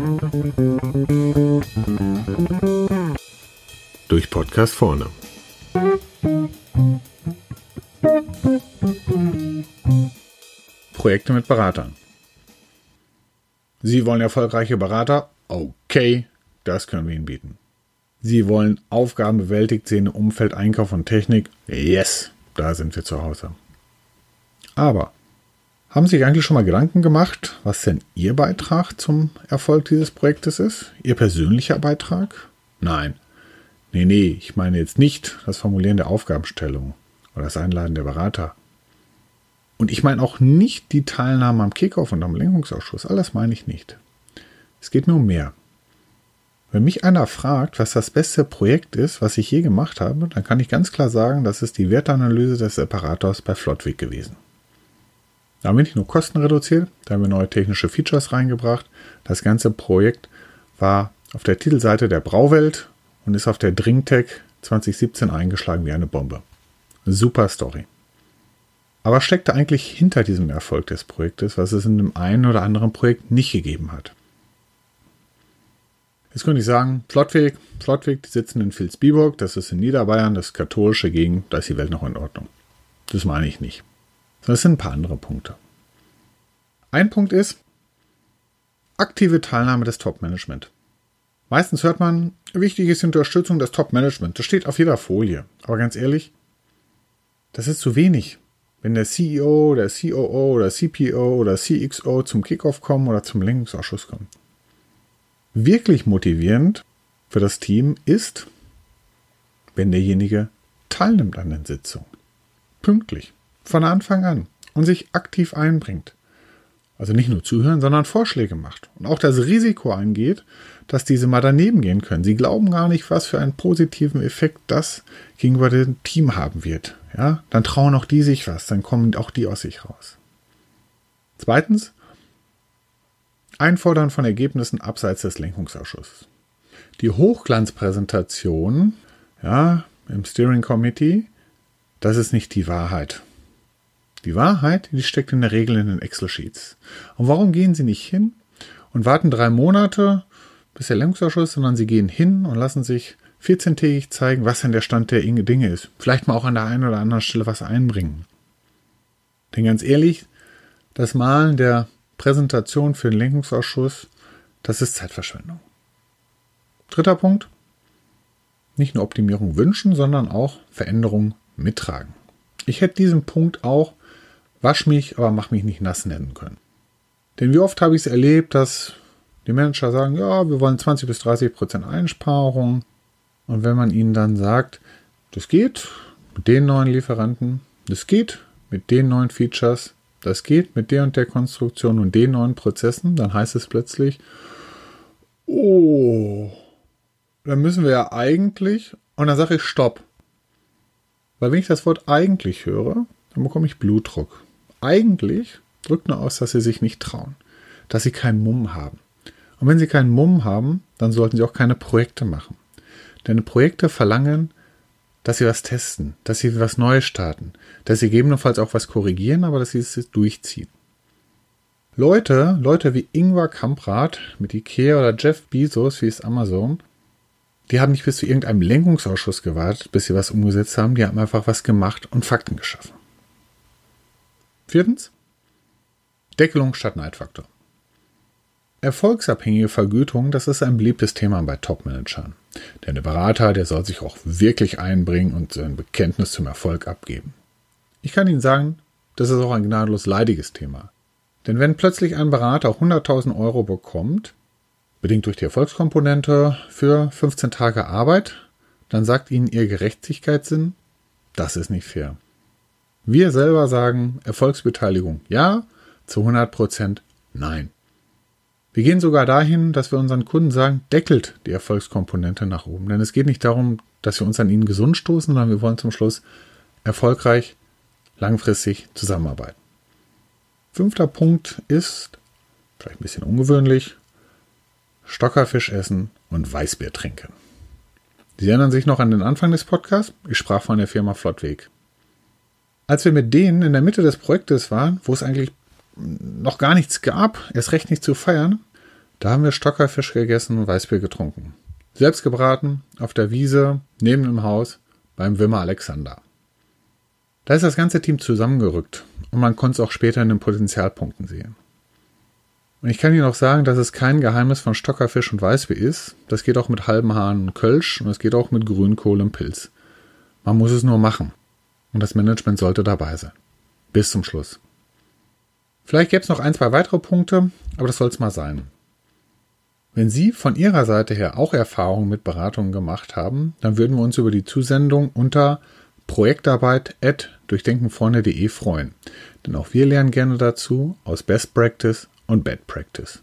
Durch Podcast vorne. Projekte mit Beratern. Sie wollen erfolgreiche Berater? Okay, das können wir Ihnen bieten. Sie wollen Aufgaben bewältigt sehen im Umfeld Einkauf und Technik? Yes, da sind wir zu Hause. Aber haben Sie sich eigentlich schon mal Gedanken gemacht, was denn Ihr Beitrag zum Erfolg dieses Projektes ist? Ihr persönlicher Beitrag? Nein. Nee, ich meine jetzt nicht das Formulieren der Aufgabenstellung oder das Einladen der Berater. Und ich meine auch nicht die Teilnahme am Kickoff und am Lenkungsausschuss. Alles meine ich nicht. Es geht mir um mehr. Wenn mich einer fragt, was das beste Projekt ist, was ich je gemacht habe, dann kann ich ganz klar sagen, das ist die Wertanalyse des Separators bei Flottweg gewesen. Da haben wir nicht nur Kosten reduziert, da haben wir neue technische Features reingebracht. Das ganze Projekt war auf der Titelseite der Brauwelt und ist auf der Dringtech 2017 eingeschlagen wie eine Bombe. Super Story. Aber was steckt da eigentlich hinter diesem Erfolg des Projektes, was es in dem einen oder anderen Projekt nicht gegeben hat? Jetzt könnte ich sagen, Flottweg, die sitzen in Vilsbiburg, das ist in Niederbayern, das ist katholische Gegend, da ist die Welt noch in Ordnung. Das meine ich nicht. Das sind ein paar andere Punkte. Ein Punkt ist aktive Teilnahme des Top-Management. Meistens hört man, wichtig ist die Unterstützung des Top-Management. Das steht auf jeder Folie. Aber ganz ehrlich, das ist zu wenig. Wenn der CEO, der COO oder CPO oder CXO zum Kickoff kommen oder zum Lenkungsausschuss kommen. Wirklich motivierend für das Team ist, wenn derjenige teilnimmt an den Sitzungen. Pünktlich. Von Anfang an. Und sich aktiv einbringt. Also nicht nur zuhören, sondern Vorschläge macht. Und auch das Risiko eingeht, dass diese mal daneben gehen können. Sie glauben gar nicht, was für einen positiven Effekt das gegenüber dem Team haben wird. Ja? Dann trauen auch die sich was. Dann kommen auch die aus sich raus. Zweitens, Einfordern von Ergebnissen abseits des Lenkungsausschusses. Die Hochglanzpräsentation im Steering Committee, das ist nicht die Wahrheit. Die Wahrheit, die steckt in der Regel in den Excel-Sheets. Und warum gehen Sie nicht hin und warten 3 Monate, bis der Lenkungsausschuss, sondern Sie gehen hin und lassen sich 14-tägig zeigen, was denn der Stand der Dinge ist. Vielleicht mal auch an der einen oder anderen Stelle was einbringen. Denn ganz ehrlich, das Malen der Präsentation für den Lenkungsausschuss, das ist Zeitverschwendung. Dritter Punkt, nicht nur Optimierung wünschen, sondern auch Veränderung mittragen. Ich hätte diesen Punkt auch wasch mich, aber mach mich nicht nass nennen können. Denn wie oft habe ich es erlebt, dass die Manager sagen, ja, wir wollen 20-30% Einsparung. Und wenn man ihnen dann sagt, das geht mit den neuen Lieferanten, das geht mit den neuen Features, das geht mit der und der Konstruktion und den neuen Prozessen, dann heißt es plötzlich, oh, dann müssen wir ja eigentlich, und dann sage ich Stopp. Weil wenn ich das Wort eigentlich höre, dann bekomme ich Blutdruck. Eigentlich drückt nur aus, dass sie sich nicht trauen, dass sie keinen Mumm haben. Und wenn sie keinen Mumm haben, dann sollten sie auch keine Projekte machen. Denn Projekte verlangen, dass sie was testen, dass sie was Neues starten, dass sie gegebenenfalls auch was korrigieren, aber dass sie es durchziehen. Leute wie Ingvar Kamprad mit Ikea oder Jeff Bezos, wie es Amazon, die haben nicht bis zu irgendeinem Lenkungsausschuss gewartet, bis sie was umgesetzt haben. Die haben einfach was gemacht und Fakten geschaffen. 4. Deckelung statt Neidfaktor. Erfolgsabhängige Vergütung, das ist ein beliebtes Thema bei Top-Managern. Denn der Berater, der soll sich auch wirklich einbringen und sein Bekenntnis zum Erfolg abgeben. Ich kann Ihnen sagen, das ist auch ein gnadenlos leidiges Thema. Denn wenn plötzlich ein Berater 100.000 Euro bekommt, bedingt durch die Erfolgskomponente für 15 Tage Arbeit, dann sagt Ihnen Ihr Gerechtigkeitssinn, das ist nicht fair. Wir selber sagen Erfolgsbeteiligung ja, zu 100% nein. Wir gehen sogar dahin, dass wir unseren Kunden sagen, deckelt die Erfolgskomponente nach oben. Denn es geht nicht darum, dass wir uns an ihnen gesund stoßen, sondern wir wollen zum Schluss erfolgreich, langfristig zusammenarbeiten. 5. Punkt ist, vielleicht ein bisschen ungewöhnlich, Stockerfisch essen und Weißbier trinken. Sie erinnern sich noch an den Anfang des Podcasts? Ich sprach von der Firma Flottweg. Als wir mit denen in der Mitte des Projektes waren, wo es eigentlich noch gar nichts gab, erst recht nicht zu feiern, Da haben wir Stockerfisch gegessen und Weißbier getrunken. Selbst gebraten, auf der Wiese, neben dem Haus, beim Wimmer Alexander. Da ist das ganze Team zusammengerückt und man konnte es auch später in den Potenzialpunkten sehen. Und ich kann Ihnen auch sagen, dass es kein Geheimnis von Stockerfisch und Weißbier ist. Das geht auch mit halben Hahn und Kölsch und es geht auch mit Grünkohl und Pilz. Man muss es nur machen. Und das Management sollte dabei sein. Bis zum Schluss. Vielleicht gäbe es noch 1, 2 weitere Punkte, aber das soll es mal sein. Wenn Sie von Ihrer Seite her auch Erfahrungen mit Beratungen gemacht haben, dann würden wir uns über die Zusendung unter projektarbeit@durchdenkenfreunde.de freuen. Denn auch wir lernen gerne dazu aus Best Practice und Bad Practice.